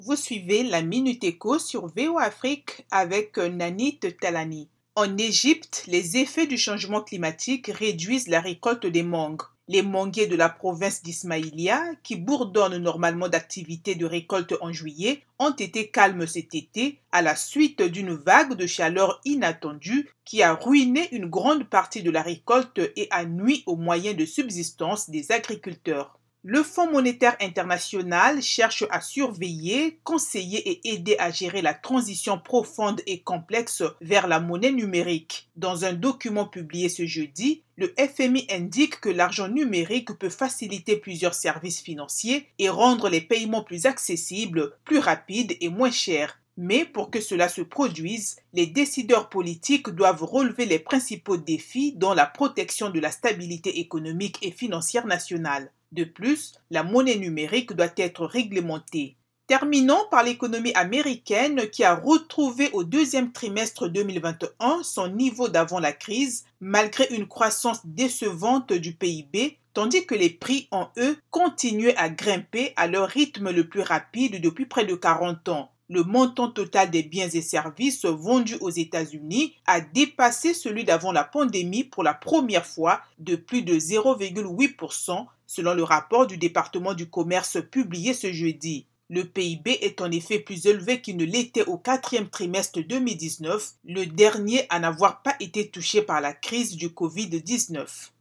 Vous suivez la Minute Éco sur VOA Afrique avec Nanit Talani. En Égypte, les effets du changement climatique réduisent la récolte des mangues. Les manguiers de la province d'Ismaïlia, qui bourdonnent normalement d'activités de récolte en juillet, ont été calmes cet été à la suite d'une vague de chaleur inattendue qui a ruiné une grande partie de la récolte et a nui aux moyens de subsistance des agriculteurs. Le Fonds monétaire international cherche à surveiller, conseiller et aider à gérer la transition profonde et complexe vers la monnaie numérique. Dans un document publié ce jeudi, le FMI indique que l'argent numérique peut faciliter plusieurs services financiers et rendre les paiements plus accessibles, plus rapides et moins chers. Mais pour que cela se produise, les décideurs politiques doivent relever les principaux défis dont la protection de la stabilité économique et financière nationale. De plus, la monnaie numérique doit être réglementée. Terminons par l'économie américaine qui a retrouvé au deuxième trimestre 2021 son niveau d'avant la crise, malgré une croissance décevante du PIB, tandis que les prix en eux continuaient à grimper à leur rythme le plus rapide depuis près de 40 ans. Le montant total des biens et services vendus aux États-Unis a dépassé celui d'avant la pandémie pour la première fois de plus de 0,8%, selon le rapport du département du commerce publié ce jeudi. Le PIB est en effet plus élevé qu'il ne l'était au quatrième trimestre 2019, le dernier à n'avoir pas été touché par la crise du Covid-19.